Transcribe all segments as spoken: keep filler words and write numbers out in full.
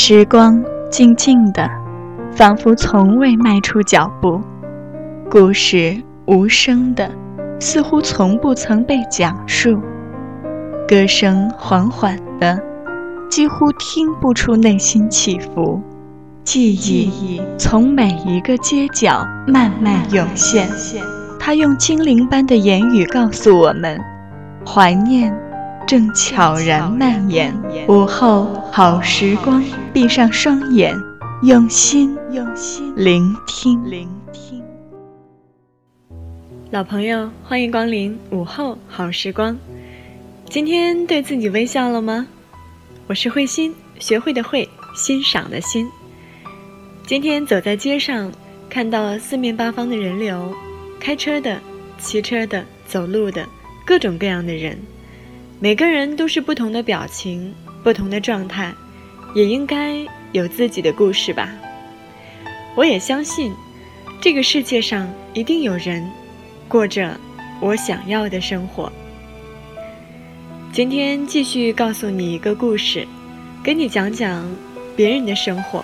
时光静静的，仿佛从未迈出脚步；故事无声的，似乎从不曾被讲述；歌声缓缓的，几乎听不出内心起伏；记忆从每一个街角慢慢涌现。它用精灵般的言语告诉我们，怀念正悄然蔓延。午后好时光，闭上双眼，用心聆听。 老朋友，欢迎光临午后好时光。今天对自己微笑了吗？我是慧心，学会的会，欣赏的欣。今天走在街上，看到四面八方的人流，开车的、骑车的、走路的，各种各样的人，每个人都是不同的表情，不同的状态，也应该有自己的故事吧。我也相信，这个世界上一定有人过着我想要的生活。今天继续告诉你一个故事，跟你讲讲别人的生活。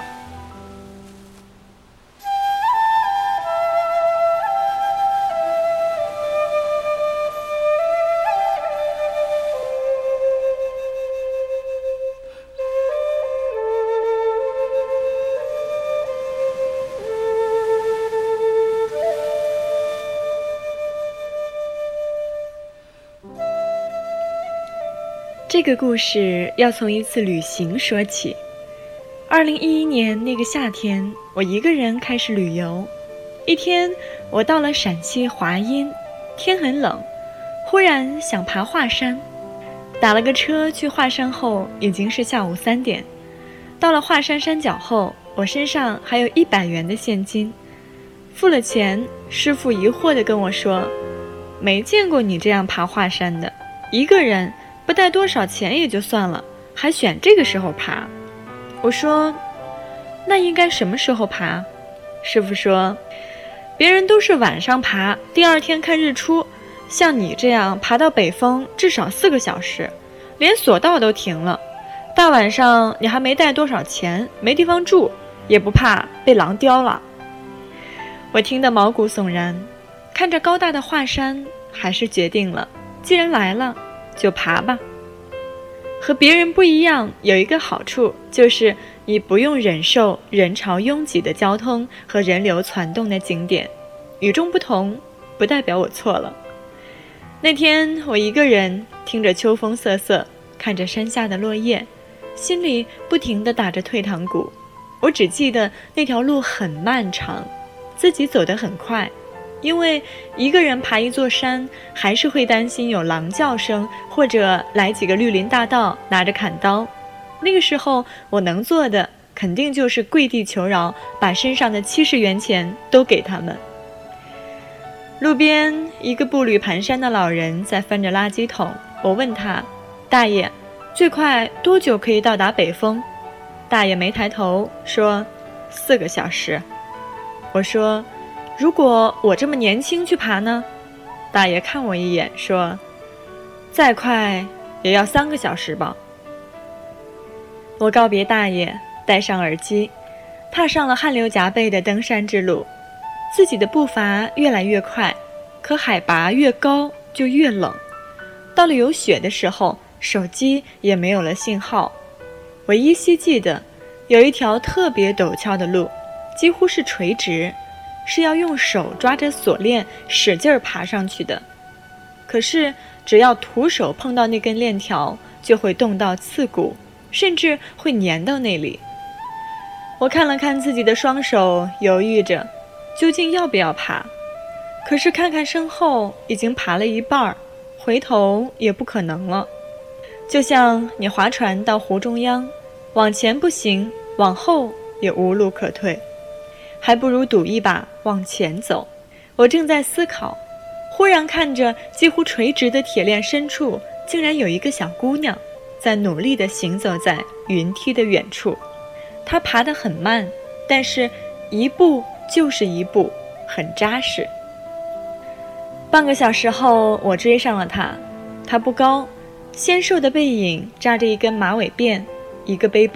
这个故事要从一次旅行说起。二零一一年那个夏天，我一个人开始旅游。一天，我到了陕西华阴，天很冷，忽然想爬华山。打了个车去华山后，已经是下午三点。到了华山山脚后，我身上还有一百元的现金。付了钱，师傅疑惑地跟我说：“没见过你这样爬华山的，一个人不带多少钱也就算了，还选这个时候爬。”我说：“那应该什么时候爬？”师傅说：“别人都是晚上爬，第二天看日出，像你这样爬到北峰至少四个小时，连索道都停了。大晚上你还没带多少钱，没地方住，也不怕被狼叼了。”我听得毛骨悚然，看着高大的华山，还是决定了，既然来了就爬吧。和别人不一样，有一个好处，就是你不用忍受人潮拥挤的交通和人流攒动的景点。与众不同，不代表我错了。那天我一个人听着秋风瑟瑟，看着山下的落叶，心里不停地打着退堂鼓。我只记得那条路很漫长，自己走得很快，因为一个人爬一座山，还是会担心有狼叫声，或者来几个绿林大盗拿着砍刀。那个时候我能做的肯定就是跪地求饶，把身上的七十元钱都给他们。路边一个步履蹒跚的老人在翻着垃圾桶，我问他：“大爷，最快多久可以到达北峰？”大爷没抬头说：“四个小时。”我说：“如果我这么年轻去爬呢？”大爷看我一眼说：“再快也要三个小时吧。”我告别大爷，戴上耳机，踏上了汗流浃背的登山之路。自己的步伐越来越快，可海拔越高就越冷。到了有雪的时候，手机也没有了信号。我依稀记得有一条特别陡峭的路，几乎是垂直，是要用手抓着锁链使劲爬上去的。可是只要徒手碰到那根链条，就会冻到刺骨，甚至会粘到那里。我看了看自己的双手，犹豫着究竟要不要爬。可是看看身后，已经爬了一半，回头也不可能了。就像你划船到湖中央，往前不行，往后也无路可退，还不如赌一把往前走。我正在思考，忽然看着几乎垂直的铁链深处，竟然有一个小姑娘在努力地行走在云梯的远处。她爬得很慢，但是一步就是一步，很扎实。半个小时后，我追上了她。她不高，纤瘦的背影扎着一根马尾辫，一个背包，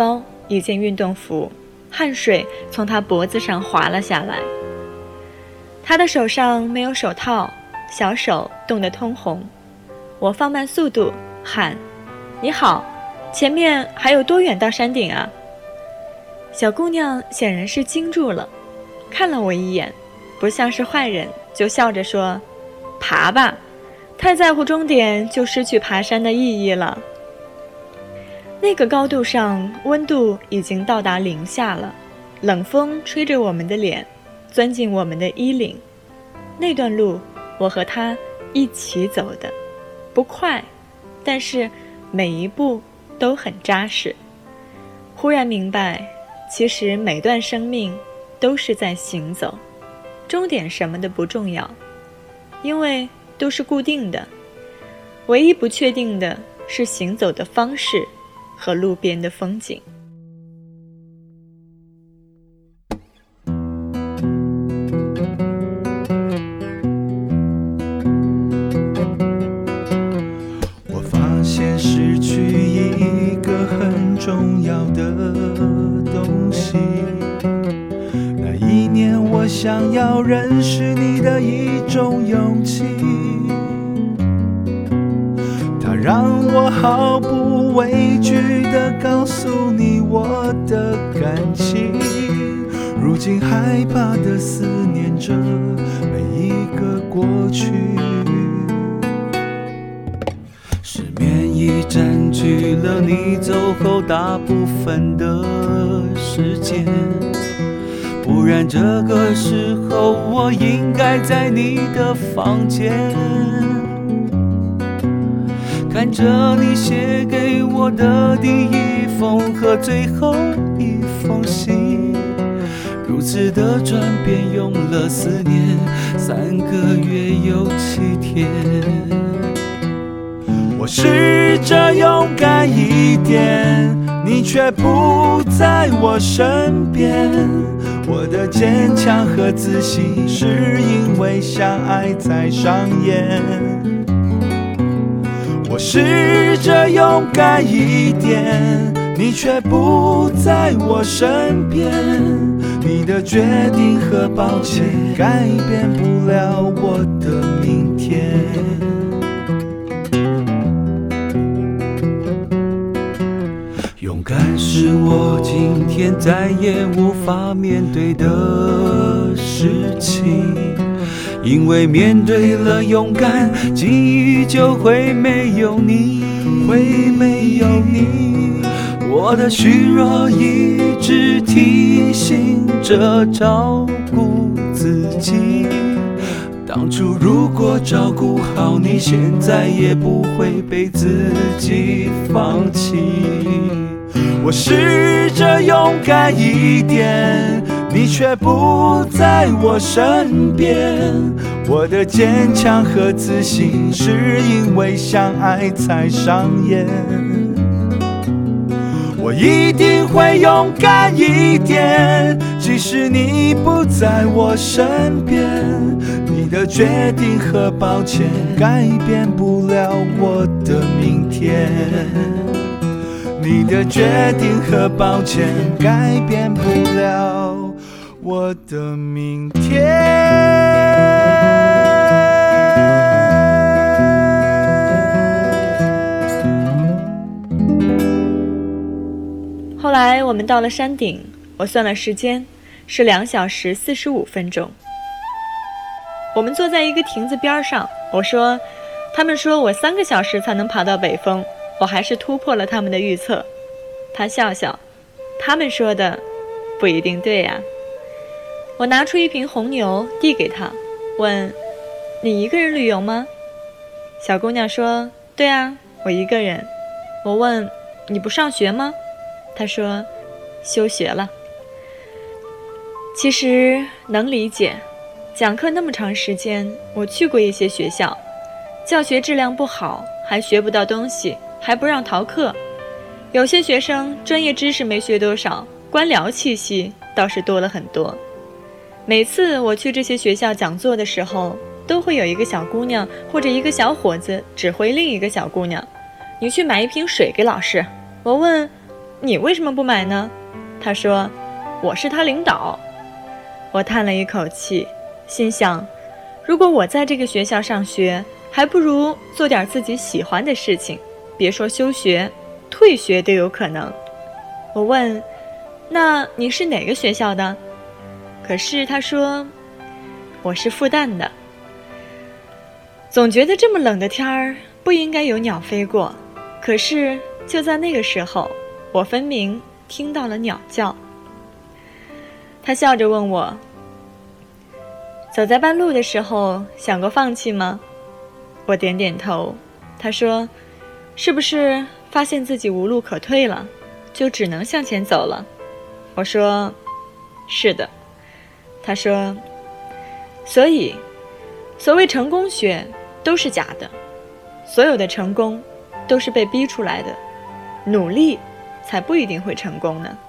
一件运动服，汗水从他脖子上滑了下来。他的手上没有手套，小手冻得通红。我放慢速度喊：你好，前面还有多远到山顶啊？小姑娘显然是惊住了，看了我一眼，不像是坏人，就笑着说：爬吧，太在乎终点就失去爬山的意义了。那个高度上，温度已经到达零下了，冷风吹着我们的脸，钻进我们的衣领。那段路，我和他一起走的，不快，但是每一步都很扎实。忽然明白，其实每段生命都是在行走，终点什么的不重要，因为都是固定的，唯一不确定的是行走的方式和路边的风景。 我发现失去一个很重要的东西，那一年我想要认识你的一种勇气，它让我毫不畏惧地告诉你我的感情，如今害怕地思念着每一个过去。失眠已占据了你走后大部分的时间，不然这个时候我应该在你的房间，看着你写给我的第一封和最后一封信，如此的转变用了四年，三个月又七天。我试着勇敢一点，你却不在我身边，我的坚强和自信是因为相爱才上演。我试着勇敢一点，你却不在我身边，你的决定和抱歉改变不了我的明天。勇敢是我今天再也无法面对的事情，因为面对了勇敢，记忆就会没有你，会没有你。我的虚弱一直提醒着照顾自己，当初如果照顾好你，现在也不会被自己放弃。我试着勇敢一点，你却不在我身边，我的坚强和自信是因为相爱才上演。我一定会勇敢一点，即使你不在我身边，你的决定和抱歉改变不了我的明天，你的决定和抱歉改变不了我的明天。 后来我们到了山顶，我算了时间，是两小时四十五分钟。我们坐在一个亭子边上，我说，他们说我三个小时才能爬到北峰，我还是突破了他们的预测。他笑笑，他们说的不一定对呀。我拿出一瓶红牛递给他，问，你一个人旅游吗？小姑娘说，对啊，我一个人。我问，你不上学吗？她说，休学了。其实能理解，讲课那么长时间，我去过一些学校，教学质量不好，还学不到东西，还不让逃课。有些学生专业知识没学多少，官僚气息倒是多了很多。每次我去这些学校讲座的时候，都会有一个小姑娘或者一个小伙子指挥另一个小姑娘，你去买一瓶水给老师。我问， 你为什么不买呢？他说，我是他领导。我叹了一口气，心想，如果我在这个学校上学，还不如做点自己喜欢的事情，别说休学，退学都有可能。我问，那你是哪个学校的？可是他说，我是复旦的。总觉得这么冷的天儿不应该有鸟飞过，可是就在那个时候，我分明听到了鸟叫。他笑着问我，走在半路的时候想过放弃吗？我点点头。他说，是不是发现自己无路可退了，就只能向前走了？我说，是的。他说，所以所谓成功学都是假的，所有的成功都是被逼出来的，努力才不一定会成功呢。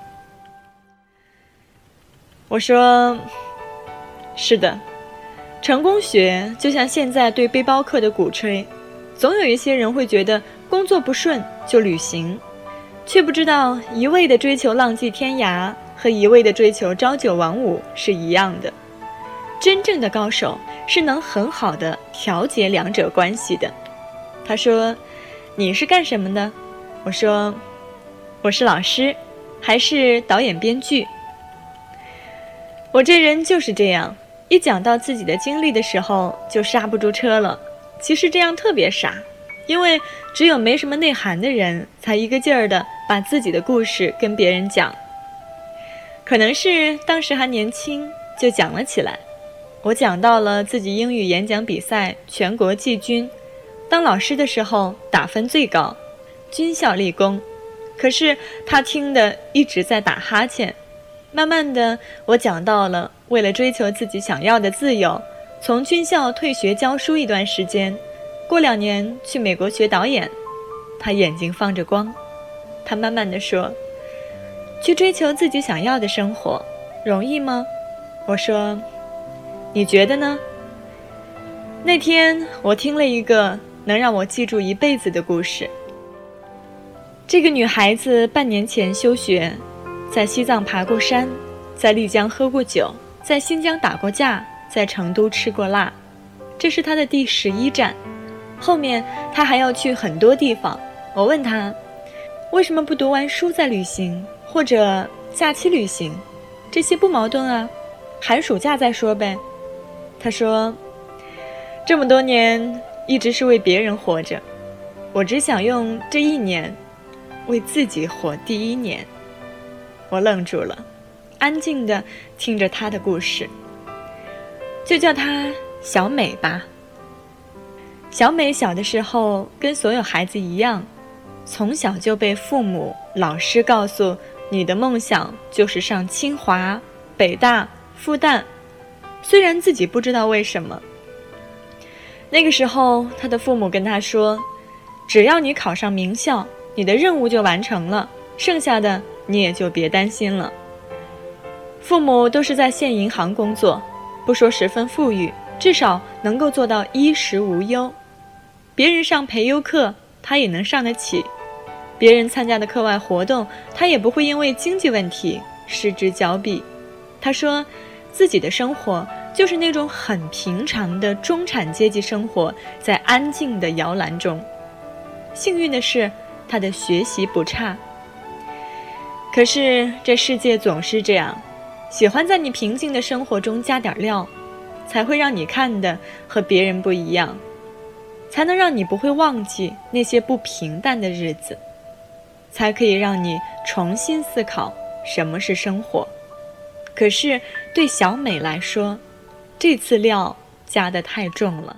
我说，是的，成功学就像现在对背包客的鼓吹，总有一些人会觉得工作不顺就旅行，却不知道一味地追求浪迹天涯和一味地追求朝九晚五是一样的。真正的高手是能很好地调节两者关系的。他说，你是干什么的？我说，我是老师，还是导演编剧。我这人就是这样，一讲到自己的经历的时候就刹不住车了。其实这样特别傻，因为只有没什么内涵的人才一个劲儿的把自己的故事跟别人讲。可能是当时还年轻，就讲了起来。我讲到了自己英语演讲比赛全国季军，当老师的时候打分最高，军校立功。可是他听的一直在打哈欠。慢慢的，我讲到了为了追求自己想要的自由，从军校退学教书一段时间，过两年去美国学导演。他眼睛放着光，他慢慢的说，去追求自己想要的生活容易吗？我说，你觉得呢？那天我听了一个能让我记住一辈子的故事。这个女孩子半年前休学，在西藏爬过山，在丽江喝过酒，在新疆打过架，在成都吃过辣。这是她的第十一站，后面她还要去很多地方。我问她，为什么不读完书再旅行，或者假期旅行？这些不矛盾啊，寒暑假再说呗。她说，这么多年一直是为别人活着，我只想用这一年为自己活第一年。我愣住了，安静地听着她的故事。就叫她小美吧。小美小的时候跟所有孩子一样，从小就被父母、老师告诉，你的梦想就是上清华、北大、复旦。虽然自己不知道为什么。那个时候她的父母跟她说，只要你考上名校，你的任务就完成了，剩下的你也就别担心了。父母都是在县银行工作，不说十分富裕，至少能够做到衣食无忧。别人上培优课，他也能上得起；别人参加的课外活动，他也不会因为经济问题失之交臂。他说，自己的生活就是那种很平常的中产阶级生活，在安静的摇篮中。幸运的是，他的学习不差。可是这世界总是这样，喜欢在你平静的生活中加点料，才会让你看的和别人不一样，才能让你不会忘记那些不平淡的日子，才可以让你重新思考什么是生活。可是对小美来说，这次料加得太重了。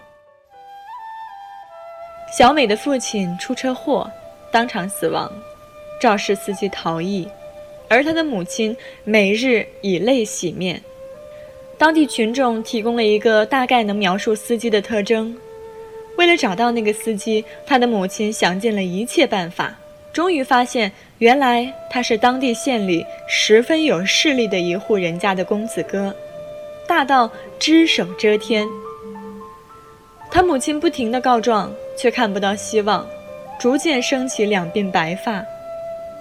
小美的父亲出车祸，当场死亡，肇事司机逃逸，而她的母亲每日以泪洗面。当地群众提供了一个大概能描述司机的特征。为了找到那个司机，她的母亲想尽了一切办法，终于发现原来他是当地县里十分有势力的一户人家的公子哥，大到只手遮天。他母亲不停地告状，却看不到希望，逐渐升起两鬓白发。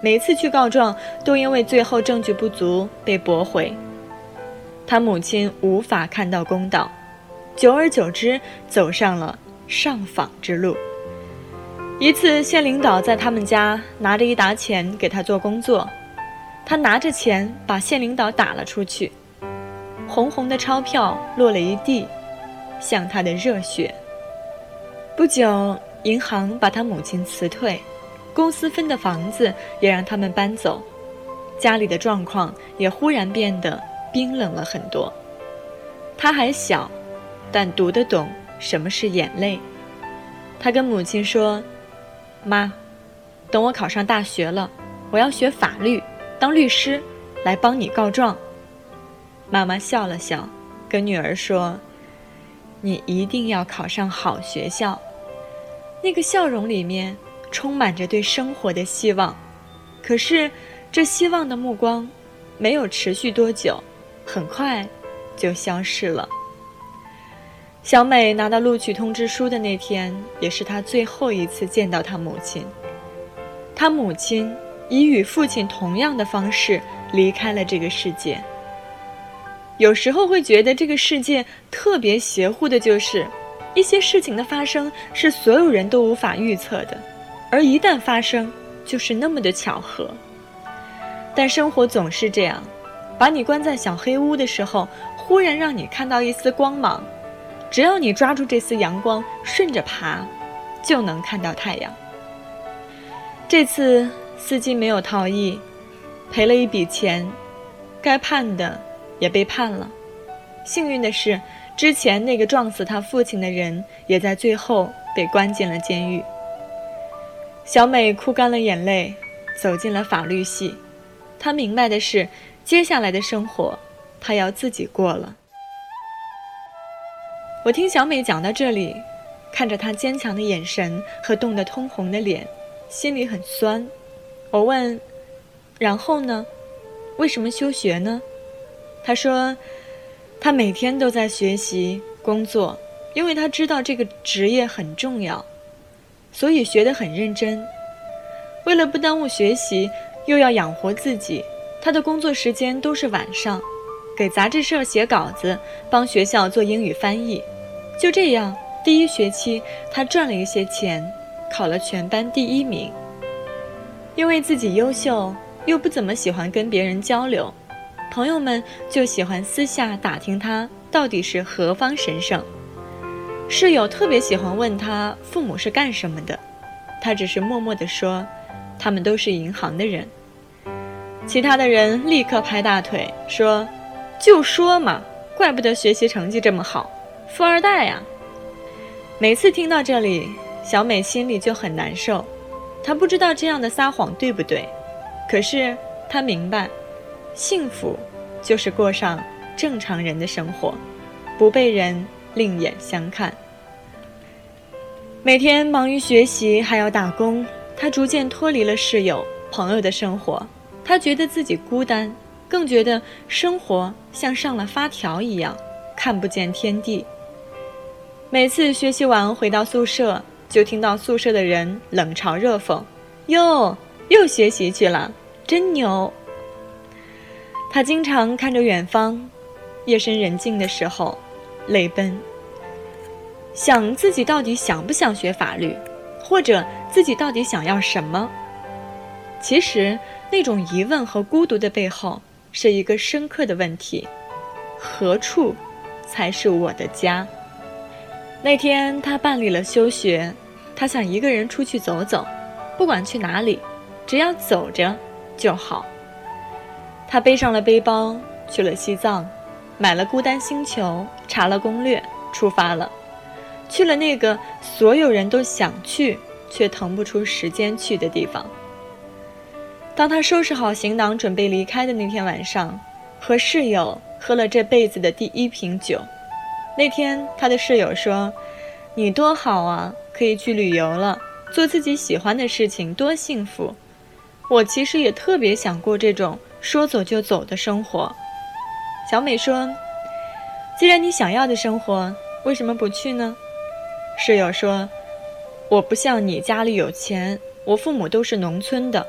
每次去告状都因为最后证据不足被驳回。他母亲无法看到公道，久而久之走上了上访之路。一次县领导在他们家拿着一沓钱给他做工作，他拿着钱把县领导打了出去，红红的钞票落了一地，像他的热血。不久，银行把他母亲辞退，公司分的房子也让他们搬走，家里的状况也忽然变得冰冷了很多。他还小，但读得懂什么是眼泪。他跟母亲说：妈，等我考上大学了，我要学法律，当律师，来帮你告状。妈妈笑了笑，跟女儿说：你一定要考上好学校。那个笑容里面充满着对生活的希望，可是这希望的目光没有持续多久，很快就消失了。小美拿到录取通知书的那天，也是她最后一次见到她母亲。她母亲以与父亲同样的方式离开了这个世界。有时候会觉得这个世界特别邪乎的，就是一些事情的发生是所有人都无法预测的，而一旦发生，就是那么的巧合。但生活总是这样，把你关在小黑屋的时候，忽然让你看到一丝光芒，只要你抓住这丝阳光，顺着爬，就能看到太阳。这次司机没有逃逸，赔了一笔钱，该判的也被判了。幸运的是，之前那个撞死他父亲的人也在最后被关进了监狱。小美哭干了眼泪，走进了法律系。她明白的是，接下来的生活她要自己过了。我听小美讲到这里，看着她坚强的眼神和冻得通红的脸，心里很酸。我问：然后呢？为什么休学呢？她说她每天都在学习工作，因为她知道这个职业很重要，所以学得很认真。为了不耽误学习，又要养活自己，她的工作时间都是晚上，给杂志社写稿子，帮学校做英语翻译。就这样，第一学期她赚了一些钱，考了全班第一名。因为自己优秀，又不怎么喜欢跟别人交流，朋友们就喜欢私下打听她到底是何方神圣。室友特别喜欢问她父母是干什么的，她只是默默地说他们都是银行的人。其他的人立刻拍大腿说：就说嘛，怪不得学习成绩这么好，富二代呀。每次听到这里，小美心里就很难受。她不知道这样的撒谎对不对，可是她明白，幸福就是过上正常人的生活，不被人另眼相看。每天忙于学习还要打工，她逐渐脱离了室友朋友的生活。她觉得自己孤单，更觉得生活像上了发条一样，看不见天地。每次学习完回到宿舍，就听到宿舍的人冷嘲热讽：哟，又学习去了，真牛。她经常看着远方，夜深人静的时候泪奔，想自己到底想不想学法律，或者自己到底想要什么。其实那种疑问和孤独的背后，是一个深刻的问题：何处才是我的家？那天他办理了休学，他想一个人出去走走，不管去哪里，只要走着就好。他背上了背包，去了西藏，买了孤单星球，查了攻略，出发了，去了那个所有人都想去却腾不出时间去的地方。当他收拾好行囊准备离开的那天晚上，和室友喝了这辈子的第一瓶酒。那天他的室友说：你多好啊，可以去旅游了，做自己喜欢的事情，多幸福。我其实也特别想过这种说走就走的生活。小美说：既然你想要的生活，为什么不去呢？室友说：我不像你家里有钱，我父母都是农村的，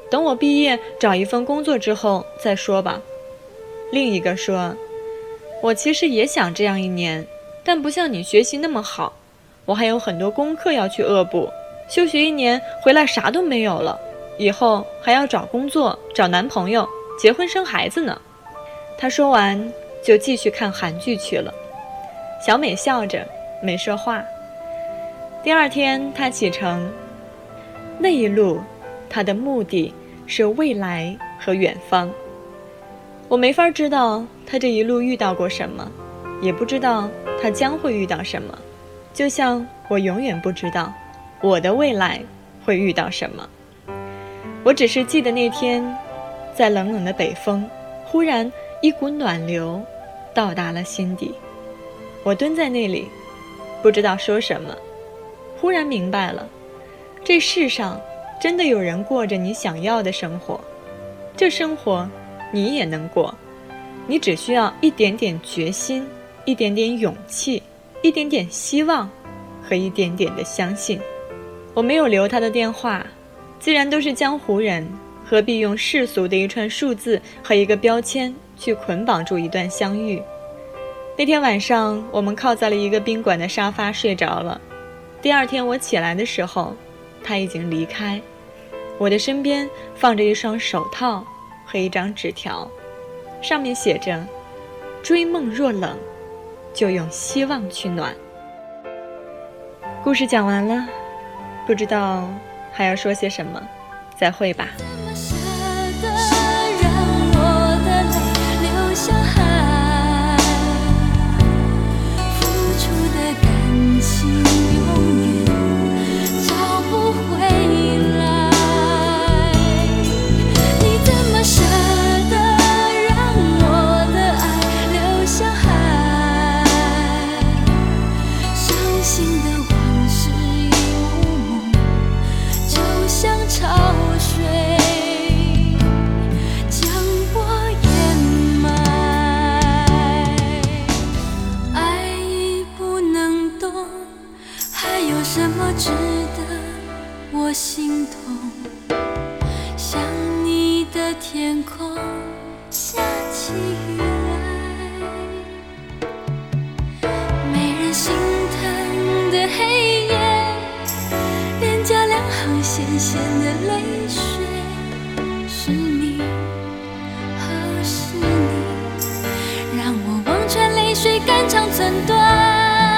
等我毕业找一份工作之后再说吧。另一个说，我其实也想这样一年，但不像你学习那么好，我还有很多功课要去恶补，休学一年回来啥都没有了，以后还要找工作、找男朋友、结婚生孩子呢。他说完就继续看韩剧去了。小美笑着没说话。第二天她启程，那一路她的目的是未来和远方。我没法知道她这一路遇到过什么，也不知道她将会遇到什么，就像我永远不知道我的未来会遇到什么。我只是记得那天，在冷冷的北风，忽然一股暖流到达了心底。我蹲在那里，不知道说什么，忽然明白了，这世上真的有人过着你想要的生活，这生活你也能过，你只需要一点点决心，一点点勇气，一点点希望和一点点的相信。我没有留他的电话，既然都是江湖人，何必用世俗的一串数字和一个标签去捆绑住一段相遇。那天晚上，我们靠在了一个宾馆的沙发睡着了。第二天我起来的时候，他已经离开。我的身边放着一双手套和一张纸条，上面写着：追梦若冷，就用希望去暖。故事讲完了，不知道还要说些什么，再会吧。 什么值得我心痛？像你的天空下起雨来，没人心疼的黑夜，脸颊两行咸咸的泪水，是你，哦是你，让我望穿泪水肝肠寸断。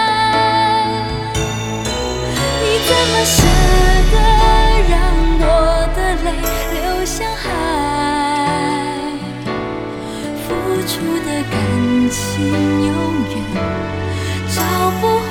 怎么舍得让我的泪流向海？付出的感情永远找不回。